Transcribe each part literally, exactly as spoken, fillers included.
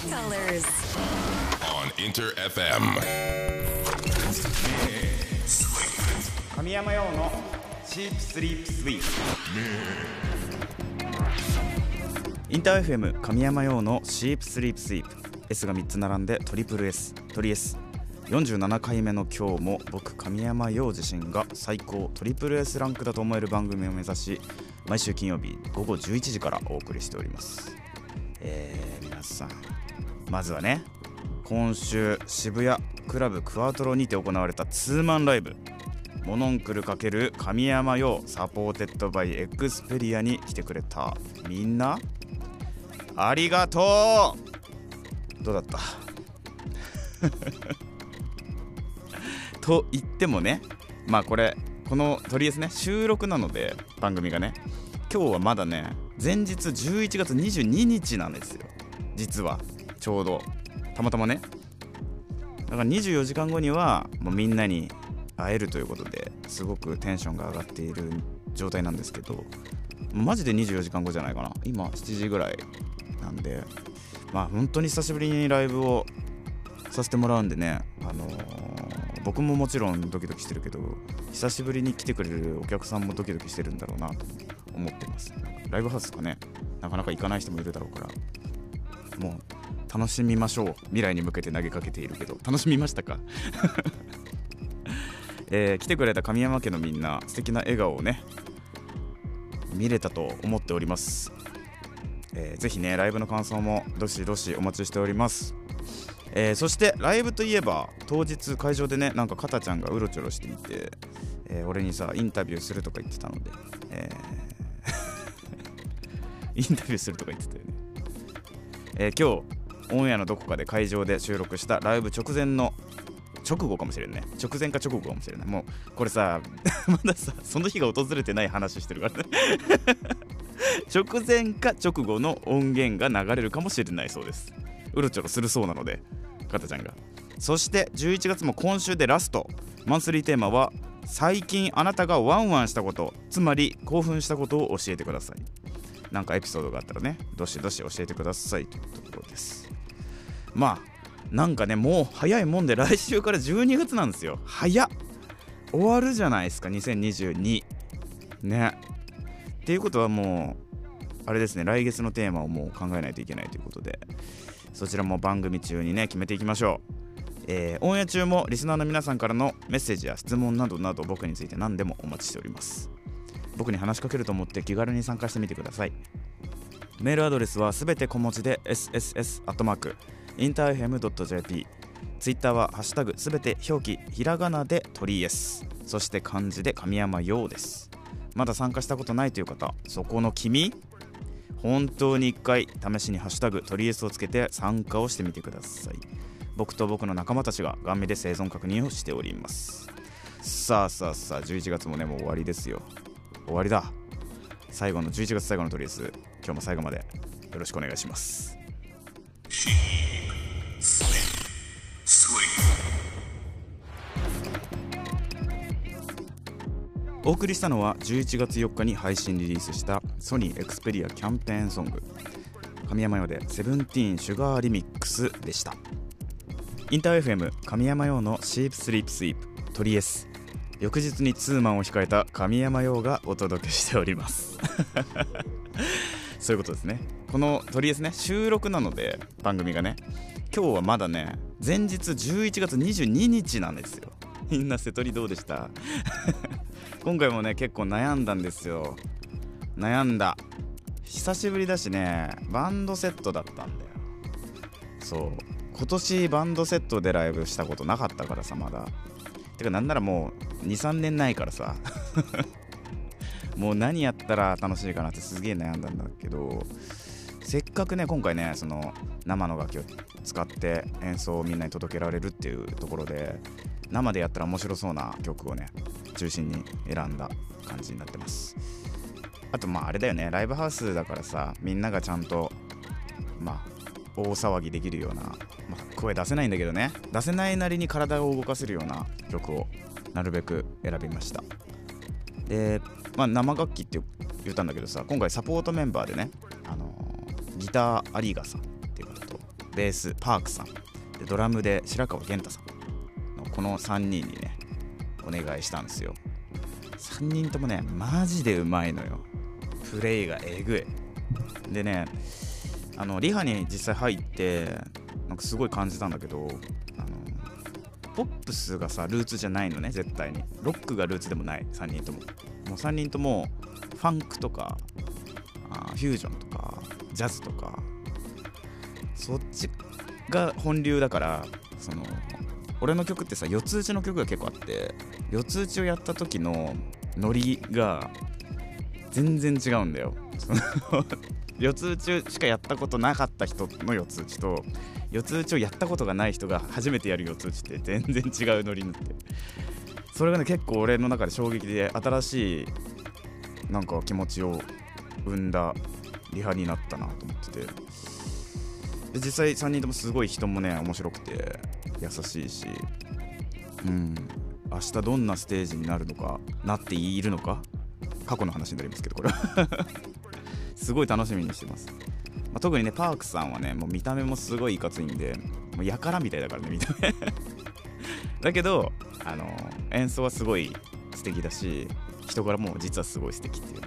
colors on Inter エフエム。 神山用のシープスリープスイープ。インター エフエム 神山用のシープスリープスイープ S がみっつ並んでトリプル S トリ S よんじゅうななかいめの今日も僕神山陽自身が最高トリプル S ランクだと思える番組を目指し毎週金曜日午後じゅういちじからお送りしております。えー、皆さんまずはね、今週渋谷クラブクワトロにて行われたツーマンライブモノンクル×神山陽サポーテッドバイエクスペリアに来てくれたみんなありがとう。どうだったと言ってもね、まあこれこのとりあえずね収録なので番組がね今日はまだね前日じゅういちがつにじゅうににちなんですよ。実はちょうどたまたまねだからにじゅうよじかんごにはもうみんなに会えるということですごくテンションが上がっている状態なんですけど、マジでにじゅうよじかんごじゃないかな。今しちじぐらいなんで、まあ本当に久しぶりにライブをさせてもらうんでね、あのー、僕ももちろんドキドキしてるけど久しぶりに来てくれるお客さんもドキドキしてるんだろうなと思ってます。ライブハウスとかねなかなか行かない人もいるだろうからもう楽しみましょう。未来に向けて投げかけているけど楽しみましたかえー、来てくれた神山家のみんな素敵な笑顔をね見れたと思っております。えー、ぜひねライブの感想もどしどしお待ちしております。えー、そしてライブといえば当日会場でねなんかカタちゃんがうろちょろしていて、えー、俺にさインタビューするとか言ってたので、えー、インタビューするとか言ってたよね。えー、今日オンエアのどこかで会場で収録したライブ直前の直後かもしれんね直前か直後かもしれない。もうこれさまださその日が訪れてない話してるからね直前か直後の音源が流れるかもしれないそうです。うろちょろするそうなのでカタちゃんが。そしてじゅういちがつも今週でラスト。マンスリーテーマは最近あなたがワンワンしたこと、つまり興奮したことを教えてください。なんかエピソードがあったらねどしどし教えてくださいというところです。まあなんかねもう早いもんで来週からじゅうにがつなんですよ。早っ、終わるじゃないですかにせんにじゅうにね。っていうことはもうあれですね、来月のテーマをもう考えないといけないということでそちらも番組中にね決めていきましょう。えー、オンエア中もリスナーの皆さんからのメッセージや質問などなど僕について何でもお待ちしております。僕に話しかけると思って気軽に参加してみてください。メールアドレスはすべて小文字で エスエスエス アットマークインターエフエム ドット ジェーピー。 ツイッターはハッシュタグすべて表記ひらがなで鳥 S、 そして漢字で神山陽です。まだ参加したことないという方、そこの君本当に一回試しにハッシュタグ鳥 S をつけて参加をしてみてください。僕と僕の仲間たちが顔面で生存確認をしております。さあさあさあじゅういちがつもねもう終わりですよ。終わりだ。最後のじゅういちがつ最後の鳥 S、 今日も最後までよろしくお願いします。お送りしたのはじゅういちがつよっかに配信リリースしたソニーエクスペリアキャンペーンソング神山用でセブンティーンシュガーリミックスでした。インター エフエム 神山用のシープスリープスイープトリ S、 翌日にツーマンを控えた神山用がお届けしておりますそういうことですね。このトリ S ね収録なので番組がね今日はまだね前日じゅういちがつにじゅうににちなんですよ。みんな瀬戸りどうでした今回もね結構悩んだんですよ。悩んだ。久しぶりだしねバンドセットだったんだよ。そう今年バンドセットでライブしたことなかったからさまだ。てかなんならもう にさんねんないからさもう何やったら楽しいかなってすげえ悩んだんだけど、せっかくね今回ねその生の楽器を使って演奏をみんなに届けられるっていうところで生でやったら面白そうな曲をね中心に選んだ感じになってます。あとまああれだよねライブハウスだからさみんながちゃんとまあ大騒ぎできるような、まあ、声出せないんだけどね出せないなりに体を動かせるような曲をなるべく選びました。で、まあ、生楽器って言ったんだけどさ今回サポートメンバーでね、あのー、ギターアリーガさんっていう方とベースパークさんで、ドラムで白川源太さんのこのさんにんにねお願いしたんですよ。さんにんともねマジでうまいのよ。プレイがえぐいでね、あのリハに実際入ってなんかすごい感じたんだけど、あのポップスがさルーツじゃないのね。絶対にロックがルーツでもない。さんにんとももうさんにんともファンクとかあフュージョンとかジャズとかそっちが本流だから、その俺の曲ってさ四つ打ちの曲が結構あって、四つ打ちをやった時のノリが全然違うんだよ。その四つ打ちしかやったことなかった人の四つ打ちと、四つ打ちをやったことがない人が初めてやる四つ打ちって全然違うノリになって、それがね結構俺の中で衝撃で、新しいなんか気持ちを生んだリハになったなと思ってて、で実際さんにんともすごい人もね面白くて優しいし、うん明日どんなステージになるのかなっているのか過去の話になりますけど、これはすごい楽しみにしてます。まあ、特にねパークさんはねもう見た目もすごいいかついんで、もうやからみたいだからね見た目だけどあの演奏はすごい素敵だし、人柄も実はすごい素敵っていうね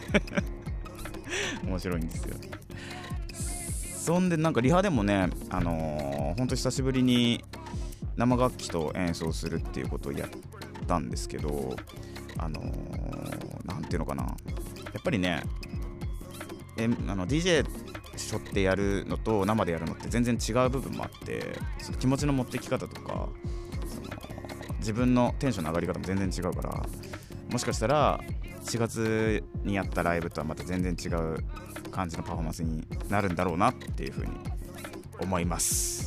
面白いんですよ。そんでなんかリハでもね、あのー、ほんと久しぶりに生楽器と演奏するっていうことをやったんですけど、あのー、なんていうのかな、やっぱりねえあの ディージェー しょってやるのと生でやるのって全然違う部分もあって、その気持ちの持ってき方とかその自分のテンションの上がり方も全然違うから、もしかしたらしがつにやったライブとはまた全然違う感じのパフォーマンスになるんだろうなっていう風に思います。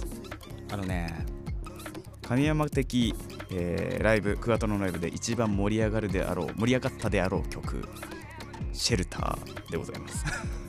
あのね神山的、えー、ライブクワトロのライブで一番盛り上がるであろう盛り上がったであろう曲シェルターでございます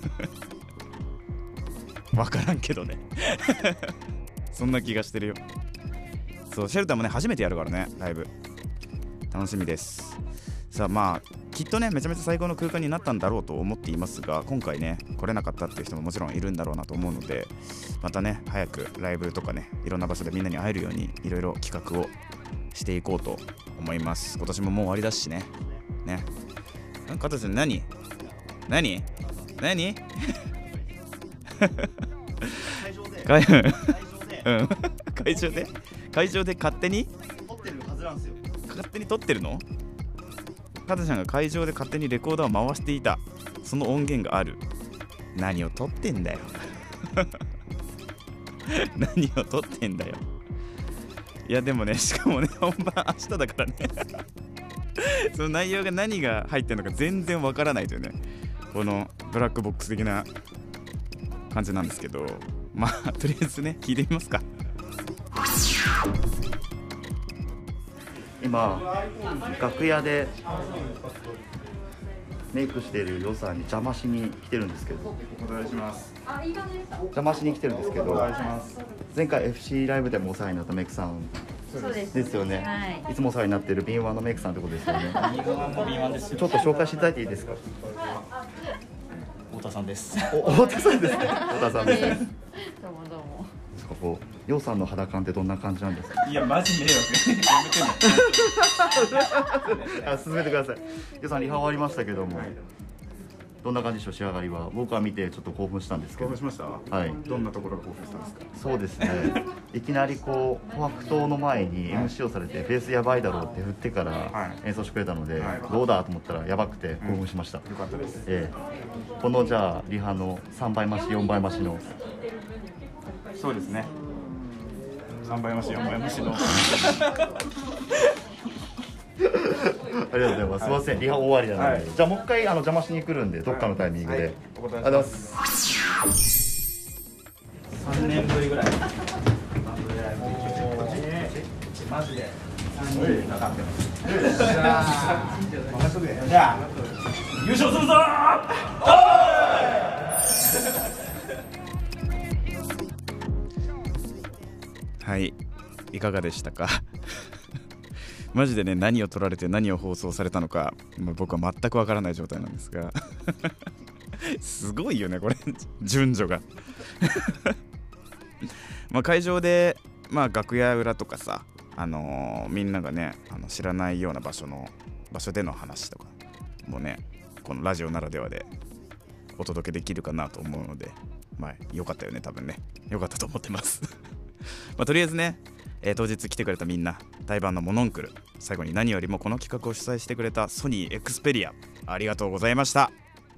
わからんけどねそんな気がしてるよ。そうシェルターもね初めてやるからねライブ楽しみです。さあまあきっとねめちゃめちゃ最高の空間になったんだろうと思っていますが、今回ね来れなかったっていう人ももちろんいるんだろうなと思うので、またね早くライブとかねいろんな場所でみんなに会えるようにいろいろ企画をしていこうと思います。今年ももう終わりだしね。ね加藤さん何何何会場でうん会場で会場で勝手に撮ってるはずなんですよ。 勝手に撮ってるの？加藤さんが会場で勝手にレコーダーを回していた、その音源がある。何を撮ってんだよ何を撮ってんだよ。いやでもねしかもね本番明日だからねその内容が何が入ってるのか全然わからないというね、このブラックボックス的な感じなんですけど、まあとりあえずね聞いてみますか。 今楽屋でメイクしている予算に邪魔しに来てるんですけど、 お願いします。 邪魔しに来てるんですけど、前回 エフシー ライブでもお世話になったメイクさんそうですですよね、はい、いつもお世話になっている敏腕のメイクさんってことですよねちょっと紹介していただいていいですか。 太田さんです。 お太田さんですね。太田さんです。 どうもどうも。 こうヨウさんの肌感ってどんな感じなんですか。 いやマジ迷惑やめてんのあ、進めてください。ヨウさんリハ終わりましたけども、はい、どんな感じでしょう。仕上がりは僕は見てちょっと興奮したんですけど。 興奮しました。 はい。 どんなところが興奮したんですか。 そうですねいきなりこうファクトの前に エムシー をされてベースやばいだろうって振ってから演奏してくれたので、はい、どうだと思ったらやばくて興奮しました。 うん、よかったです。 えー、このじゃあリハのさんばい増しよんばい増しの。 そうですね。さんばい増しよんばい増しのありがとうございます。すみません、リハ終わりじゃないので、はい、じゃあもう一回あの邪魔しに来るんで、どっかのタイミングで。はいはい、 お答えします。さんねんぶりぐらい。マジでさんにんかかってます。じゃあ優勝するぞはい、いかがでしたかマジでね何を撮られて何を放送されたのか、まあ、僕は全くわからない状態なんですがすごいよねこれ順序がまあ会場で、まあ、楽屋裏とかさ、あのー、みんながねあの知らないような場所の場所での話とかもねこのラジオならではでお届けできるかなと思うので、まあ良かったよね、多分ね良かったと思ってますまあとりあえずね、えー、当日来てくれたみんな、対バンのモノンクル、最後に何よりもこの企画を主催してくれたソニーエクスペリア、ありがとうございました。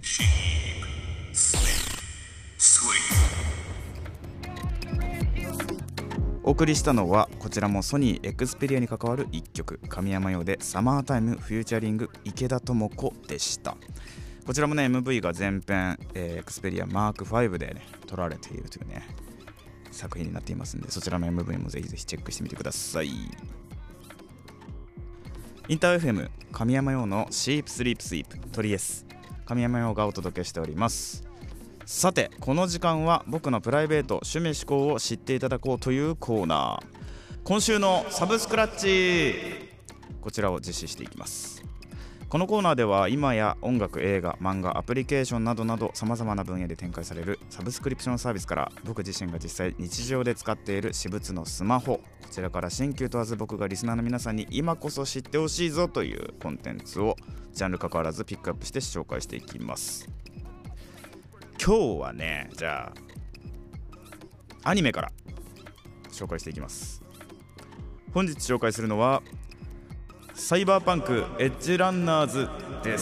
お送りしたのはこちらもソニーエクスペリアに関わるいっきょく、神山用でサマータイムフューチャリング池田智子でした。こちらもね エムブイ が全編、えー、エクスペリアマークファイブで、ね、撮られているというね作品になっていますので、そちらの エムブイ もぜひぜひチェックしてみてください。インター エフエム 神山用のシープスリープスイープトリエス、神山用がお届けしております。さてこの時間は僕のプライベート趣味思考を知っていただこうというコーナー、今週のサブスクラッチ、こちらを実施していきます。このコーナーでは今や音楽、映画、漫画、アプリケーションなどなどさまざまな分野で展開されるサブスクリプションサービスから、僕自身が実際日常で使っている私物のスマホ、こちらから新旧問わず僕がリスナーの皆さんに今こそ知ってほしいぞというコンテンツをジャンル関わらずピックアップして紹介していきます。今日はね、じゃあアニメから紹介していきます。本日紹介するのはサイバーパンクエッジランナーズです。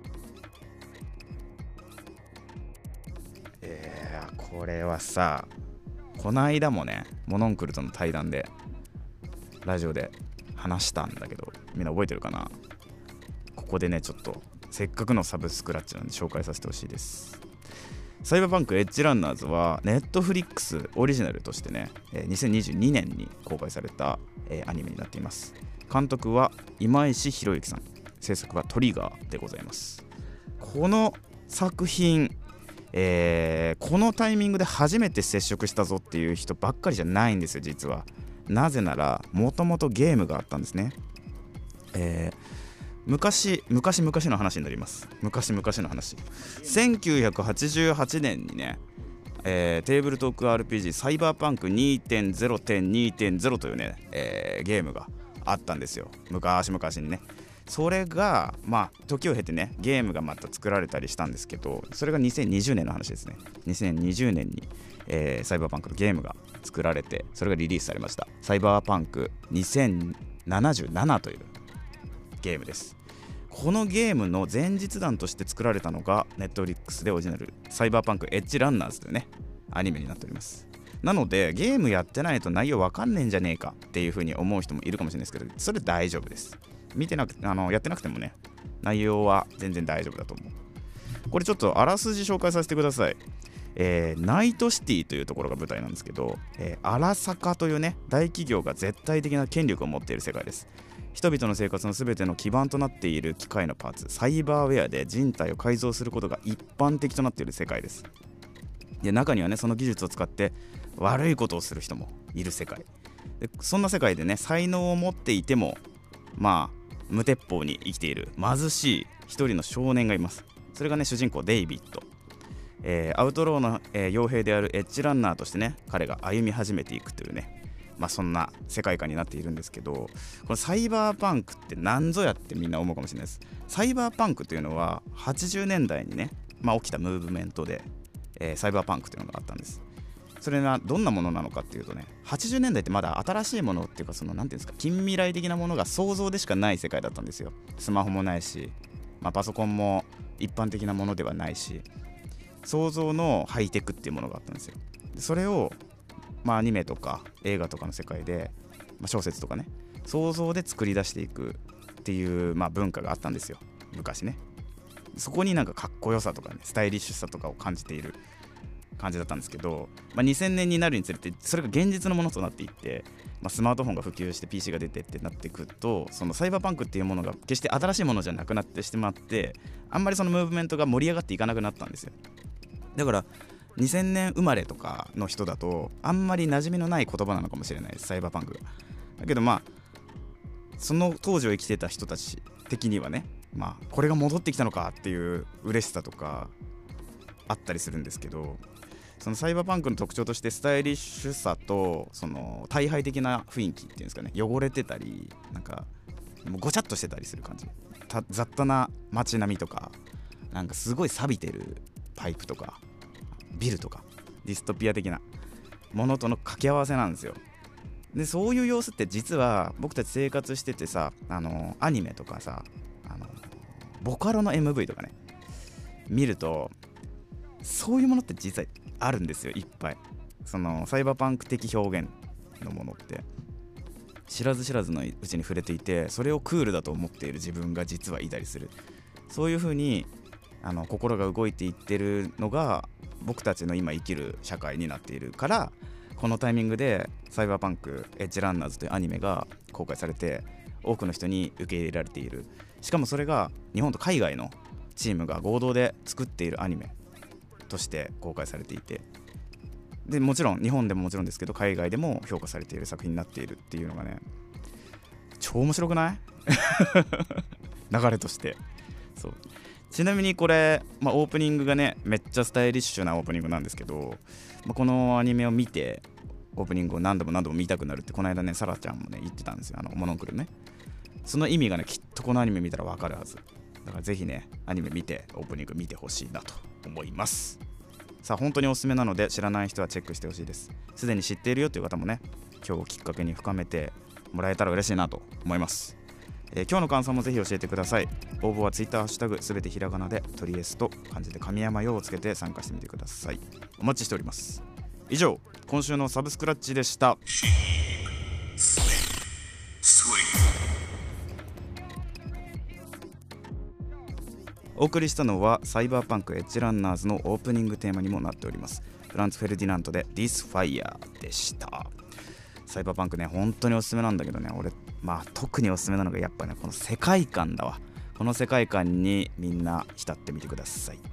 えー、これはさ、こないだもねモノンクルとの対談でラジオで話したんだけど、みんな覚えてるかな。ここでねちょっとせっかくのサブスクラッチなんで紹介させてほしいです。サイバーパンクエッジランナーズはネットフリックスオリジナルとしてねにせんにじゅうにねんに公開されたアニメになっています。監督は今石博之さん、制作はトリガーでございます。この作品、えー、このタイミングで初めて接触したぞっていう人ばっかりじゃないんですよ、実は。なぜならもともとゲームがあったんですね。えー昔昔昔の話になります。昔昔の話。せんきゅうひゃくはちじゅうはちねんにね、えー、テーブルトーク アールピージー サイバーパンク にてんゼロてんにてんゼロ というね、えー、ゲームがあったんですよ。昔々にね。それがまあ時を経てねゲームがまた作られたりしたんですけど、それがにせんにじゅうねんの話ですね。にせんにじゅうねんに、えー、サイバーパンクのゲームが作られて、それがリリースされました。サイバーパンクにせんななじゅうななというゲームです。このゲームの前日談として作られたのがネットフリックスでオリジナルサイバーパンクエッジランナーズというねアニメになっております。なのでゲームやってないと内容わかんねえんじゃねえかっていう風に思う人もいるかもしれないですけど、それ大丈夫です。見てなくあのやってなくてもね内容は全然大丈夫だと思う。これちょっとあらすじ紹介させてください。えー、ナイトシティというところが舞台なんですけど、えー、アラサカというね大企業が絶対的な権力を持っている世界です。人々の生活のすべての基盤となっている機械のパーツ、サイバーウェアで人体を改造することが一般的となっている世界です。で、中にはねその技術を使って悪いことをする人もいる世界で、そんな世界でね才能を持っていてもまあ無鉄砲に生きている貧しい一人の少年がいます。それがね主人公デイビッド、えー、アウトローの、えー、傭兵であるエッジランナーとしてね彼が歩み始めていくというね、まあそんな世界観になっているんですけど、このサイバーパンクって何ぞやってみんな思うかもしれないです。サイバーパンクというのははちじゅうねんだいにね、まあ、起きたムーブメントで、えー、サイバーパンクというのがあったんです。それがどんなものなのかっていうとね、はちじゅうねんだいってまだ新しいものっていうか、そのなんていうんですか、近未来的なものが想像でしかない世界だったんですよ。スマホもないし、まあ、パソコンも一般的なものではないし、想像のハイテクっていうものがあったんですよ。でそれをまあ、アニメとか映画とかの世界で、まあ、小説とかね想像で作り出していくっていう、まあ、文化があったんですよ昔ね。そこになんかかっこよさとかねスタイリッシュさとかを感じている感じだったんですけど、まあ、にせんねんになるにつれてそれが現実のものとなっていって、まあ、スマートフォンが普及して ピーシー が出てってなってくると、そのサイバーパンクっていうものが決して新しいものじゃなくなってしまって、あんまりそのムーブメントが盛り上がっていかなくなったんですよ。だからにせんねん生まれとかの人だとあんまり馴染みのない言葉なのかもしれないです、サイバーパンクが。だけどまあその当時を生きてた人たち的にはね、まあこれが戻ってきたのかっていう嬉しさとかあったりするんですけど、 そのサイバーパンクの特徴としてスタイリッシュさとその大敗的な雰囲気っていうんですかね、汚れてたりなんかもうごちゃっとしてたりする感じ、雑多な街並みとかなんかすごい錆びてるパイプとかビルとかディストピア的なものとの掛け合わせなんですよ。でそういう様子って実は僕たち生活しててさ、あのアニメとかさ、あのボカロの エムブイ とかね見るとそういうものって実はあるんですよ、いっぱい。そのサイバーパンク的表現のものって知らず知らずのうちに触れていて、それをクールだと思っている自分が実はいたりする。そういう風にあの心が動いていってるのが僕たちの今生きる社会になっているから、このタイミングでサイバーパンクエッジランナーズというアニメが公開されて多くの人に受け入れられている。しかもそれが日本と海外のチームが合同で作っているアニメとして公開されていて、でもちろん日本でももちろんですけど海外でも評価されている作品になっているっていうのがね、超面白くない？流れとして。そうちなみにこれ、まあ、オープニングがねめっちゃスタイリッシュなオープニングなんですけど、まあ、このアニメを見てオープニングを何度も何度も見たくなるってこの間ねサラちゃんもね言ってたんですよ、あのモノクロね。その意味がねきっとこのアニメ見たら分かるはずだから、ぜひねアニメ見てオープニング見てほしいなと思います。さあ本当におすすめなので知らない人はチェックしてほしいです。すでに知っているよという方もね今日をきっかけに深めてもらえたら嬉しいなと思います。えー、今日の感想もぜひ教えてください。応募はツイッターハッシュタグすべてひらがなでトリエスと漢字で神山用をつけて参加してみてください。お待ちしております。以上今週のサブスクラッチでした。お送りしたのはサイバーパンクエッジランナーズのオープニングテーマにもなっておりますフランツ・フェルディナントで This Fire でした。サイバーパンクね本当におすすめなんだけどね、俺まあ特におすすめなのがやっぱねこの世界観だわ。この世界観にみんな浸ってみてください。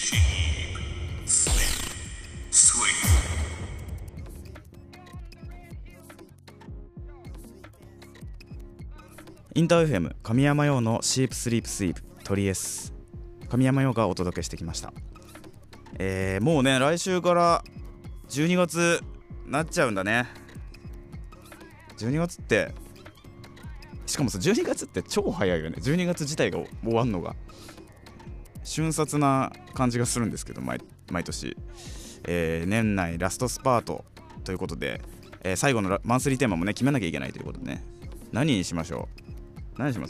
インター エフエム 神山用のシープスリープスイープトリエス神山用がお届けしてきました。えー、もうね来週からじゅうにがつなっちゃうんだね。じゅうにがつってしかもさじゅうにがつって超早いよね。じゅうにがつ自体が終わんのが瞬殺な感じがするんですけど 毎, 毎年、えー、年内ラストスパートということで、えー、最後のマンスリーテーマもね決めなきゃいけないということでね、何にしましょう。何します？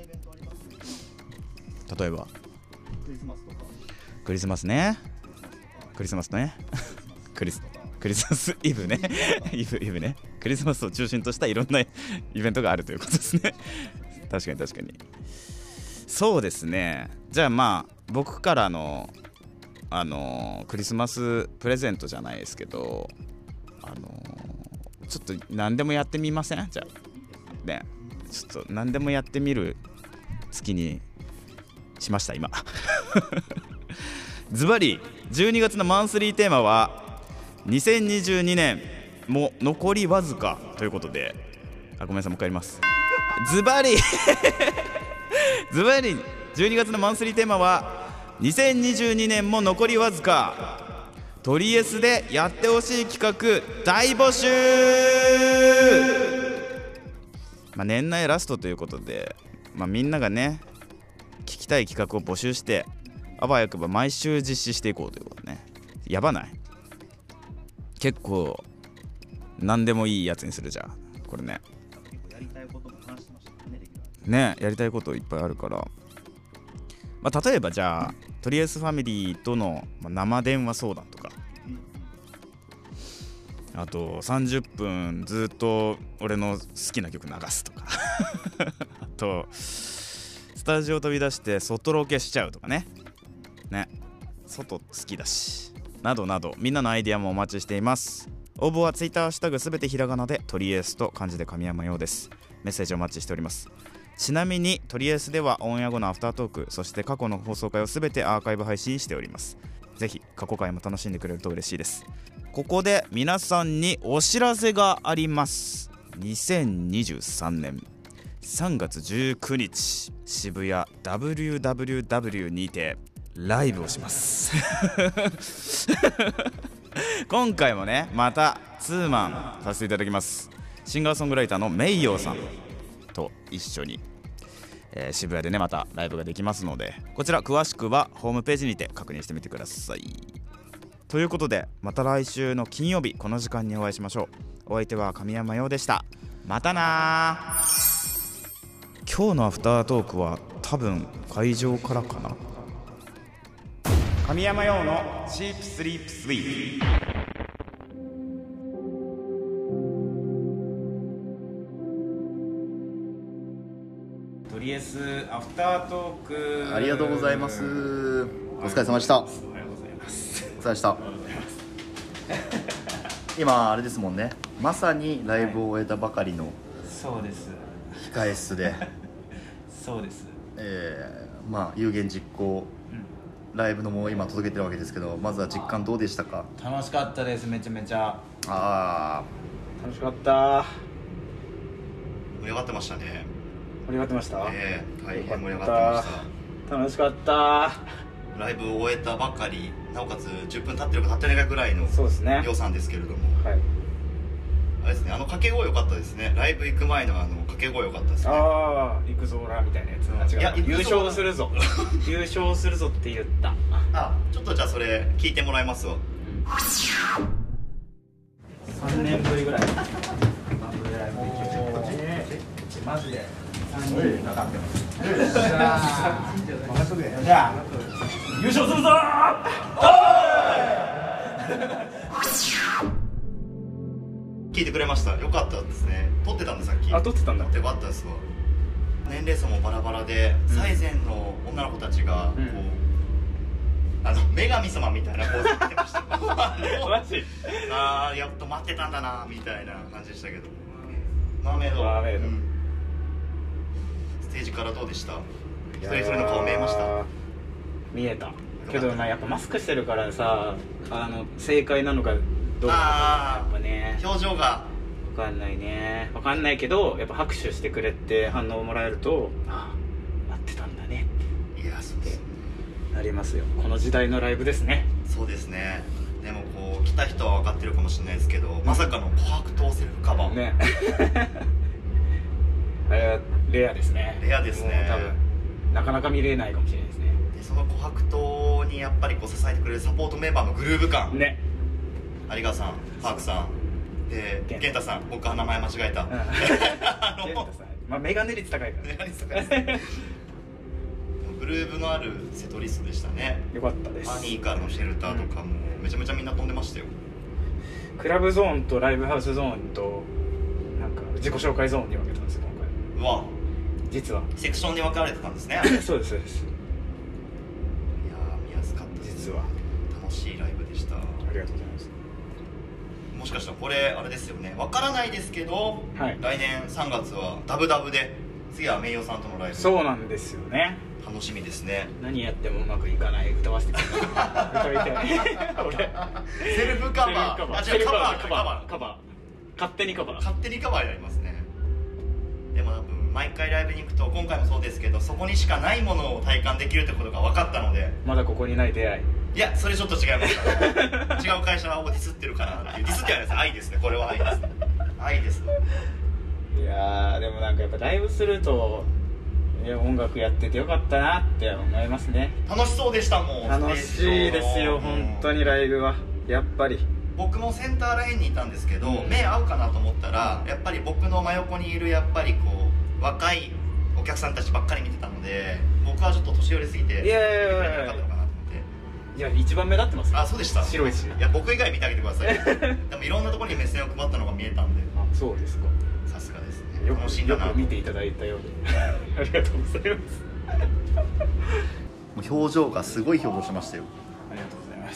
例えばクリスマスとかクリスマスねクリスマスねクリスクリスマスイブねイブイブねクリスマスを中心としたいろんなイベントがあるということですね確かに確かにそうですね。じゃあまあ僕からのあのー、クリスマスプレゼントじゃないですけど、あのー、ちょっと何でもやってみません？じゃあねちょっと何でもやってみる月にしました今ズバリじゅうにがつのマンスリーテーマはにせんにじゅうにねんも残りわずかということで、あごめんなさいもう一回やります。ズバリズバリじゅうにがつのマンスリーテーマはにせんにじゅうにねんも残りわずかトリエスでやってほしい企画大募集。まあ、年内ラストということで、まあ、みんながね聞きたい企画を募集してあばよくば毎週実施していこうということね。やばない？結構何でもいいやつにするじゃんこれね。 やりたいことも話してましたね。レギュラーねやりたいこといっぱいあるから、まあ、例えばじゃあトリエスファミリーとの生電話相談とか、あとさんじゅっぷんずっと俺の好きな曲流すとかあとスタジオ飛び出して外ロケしちゃうとかねね外好きだしなどなど、みんなのアイディアもお待ちしています。応募はツイッターハッシュタグすべてひらがなでトリエスと漢字で神山用です。メッセージお待ちしております。ちなみにトリエスではオンエア後のアフタートーク、そして過去の放送回をすべてアーカイブ配信しております。ぜひ過去回も楽しんでくれると嬉しいです。ここで皆さんにお知らせがあります。にせんにじゅうさんねんさんがつじゅうくにち渋谷 ダブリューダブリューダブリュー にてライブをします今回もねまたツーマンさせていただきます。シンガーソングライターのメイヨーさんと一緒に、えー、渋谷でねまたライブができますので、こちら詳しくはホームページにて確認してみてください。ということでまた来週の金曜日この時間にお会いしましょう。お相手は神山陽でした。またな。今日のアフタートークは多分会場からかな。神山陽のチープスリープスイート。とりあえずアフタートークありがとうございます。お疲れ様でした。おはようございます。 疲れ様でした。今あれですもんね、まさにライブを終えたばかりのそうです控え室でそうです、 えー、まあ有言実行、うん、ライブのも今届けてるわけですけど、まずは実感どうでしたか？ 楽しかったです。めちゃめちゃあ楽しかった。 盛り上がってましたね。 盛り上がってました。 ええー、大変盛り上がってました。楽しかった。 ライブを終えたばかり、なおかつじゅっぷん経ってるか経ってないかぐらいのそうですね予算ですけれども、 はい、 あれですね、あの掛け声良かったですね。ライブ行く前のあの掛け声良かったですね。 ああ、行くぞーらみたいなやつの。違う、 いや優勝するぞ優勝するぞって言った。 あ、ちょっとじゃあそれ聞いてもらいますわ。 さんねんぶりぐらいマジでさんにんかかってます。じゃあ優勝するぞ聞いてくれました。よかったですね。撮ってたんでさっき。 あ、撮ってたんだ。 撮ってよかったですわ。年齢層もバラバラで、うん、最前の女の子たちがこう、うん、あの女神様みたいなポーズやってましたマジあーやっと待ってたんだなみたいな感じでしたけど、マーメイド、 マーメイド、うん、 ステージからどうでした？一人一人の顔見えました？ 見えたけど、まあ、やっぱマスクしてるからさ、あの正解なのかどうかやっぱね、 表情が分かんないね。分かんないけど、やっぱ拍手してくれって反応をもらえると、ああ待ってたんだねって、いやそうですね、なりますよ。この時代のライブですね。 そうですね。でもこう来た人は分かってるかもしれないですけど、まさかの琥珀糖セルフカバーねあれはレアですね。 レアですね。 多分なかなか見れないかもしれないですね。 でその琥珀糖にやっぱりこう支えてくれるサポートメンバーのグルーヴ感ね。 有川さん、パークさんで健太さん、僕は名前間違えた、うん、あのまあメガネ率高いからメガネ率高いですグルーヴのあるセトリストでしたね。 よかったです。 アニーからのシェルターとかもめちゃめちゃみんな飛んでましたよ。 クラブゾーンとライブハウスゾーンとなんか自己紹介ゾーンに分けたんですよ今回。 うわ、 実はセクションに分かれてたんですねそうですそうです。いやー見やすかったです。 実は楽しいライブでした。ありがとうございます。 もしかしたらこれあれですよね、わからないですけど、 はい、 来年さんがつはダブダブで、次は名誉さんとのライブ。 そうなんですよね。 楽しみですね。 何やってもうまくいかない、歌わせてくれ歌いたい俺セルフカバー、あ、違う、カバーカバーカバー勝手にカバー勝手にカバーやりますね。でも多分毎回ライブに行くと、今回もそうですけど、そこにしかないものを体感できるってことが分かったので、 まだここにない出会い、 いや、それちょっと違いますから違う会社をディスってるかなっていう。ディスってはないです。愛ですね。これは愛ですね。愛ですね。 いやーでもなんかやっぱライブすると、いや音楽やっててよかったなって思いますね。 楽しそうでしたもん。 楽しいですよ、本当にライブは。やっぱり僕もセンターらへんにいたんですけど、目合うかなと思ったら、やっぱり僕の真横にいるやっぱりこう若いお客さんたちばっかり見てたので、僕はちょっと年寄りすぎていやいやいやいやいやいや、一番目立ってますよ。 あ、そうでした。 白いし。 いや、僕以外見てあげてくださいでもいろんなところに目線を配ったのが見えたんで。 あ、そうですか。 さすがですね。 楽しんだな。よく見ていただいたようでありがとうございます表情がすごい表情しましたよ。 ありがとうございます。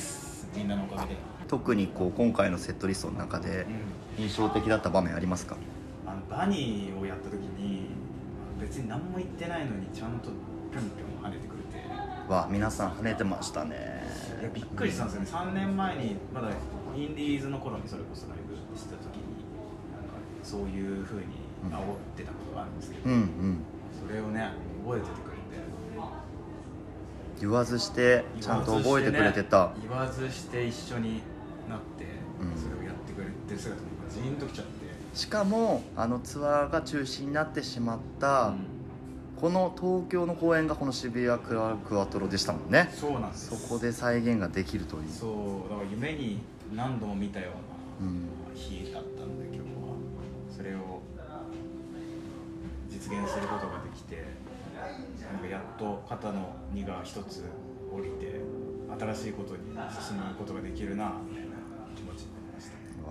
みんなのおかげで。 特にこう今回のセットリストの中で印象的だった場面ありますか？ あのバニーをやった時に別に何も言ってないのにちゃんとぴょんぴょん跳ねてくれて、 わ、皆さん跳ねてましたね。 いやびっくりしたんですよね。さんねんまえにまだインディーズの頃にそれこそライブした時になんかそういう風に煽ってたことがあるんですけど、うんうん、それをね覚えててくれて、 言わずしてちゃんと覚えてくれてた。 言わずして一緒になって、うん、それをやってくれてる姿にジーンときちゃって、 しかもあのツアーが中止になってしまった、うん、この東京の公演がこの渋谷クラクワトロでしたもんね。 そうなんです。 そこで再現ができるという。 そうだから夢に何度も見たような日だったんで、今日はそれを実現することができて、なんかやっと肩の荷が一つ降りて新しいことに進むことができるなみたいな気持ちになりました。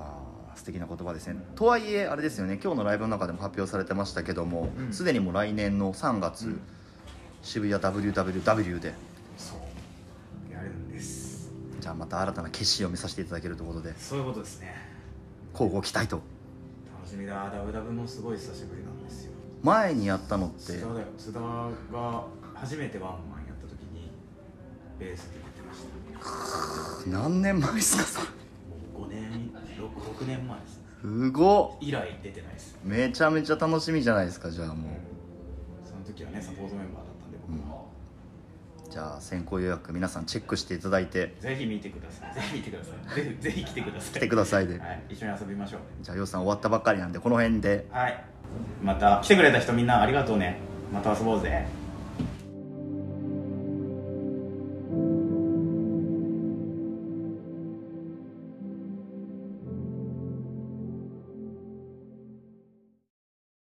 わあ、素敵な言葉ですね。とはいえあれですよね、今日のライブの中でも発表されてましたけども、すで、うん、にもう来年のさんがつ、うん、渋谷 ダブリューダブリューダブリュー でそうやるんです。 じゃあまた新たな景色を見させていただけるということで、 そういうことですね。 交互期待と。 楽しみだ。ダブダブもすごい久しぶりなんですよ。 前にやったのって津田だよ。津田が初めてワンマンやった時にベースで出てました。 何年前ですかそれ。 ごねん 6, 6年前です。 すごっ。 以来出てないです。 めちゃめちゃ楽しみじゃないですか。じゃあもう、うん、 その時はねサポートメンバーだったんで僕は、 うん、じゃあ先行予約皆さんチェックしていただいて、 ぜひ見てください。ぜひ見てください。ぜひぜひ来てください。 来てくださいで、 はい、一緒に遊びましょう。 じゃあようさん終わったばっかりなんでこの辺で、 はい、また来てくれた人みんなありがとうね。また遊ぼうぜ。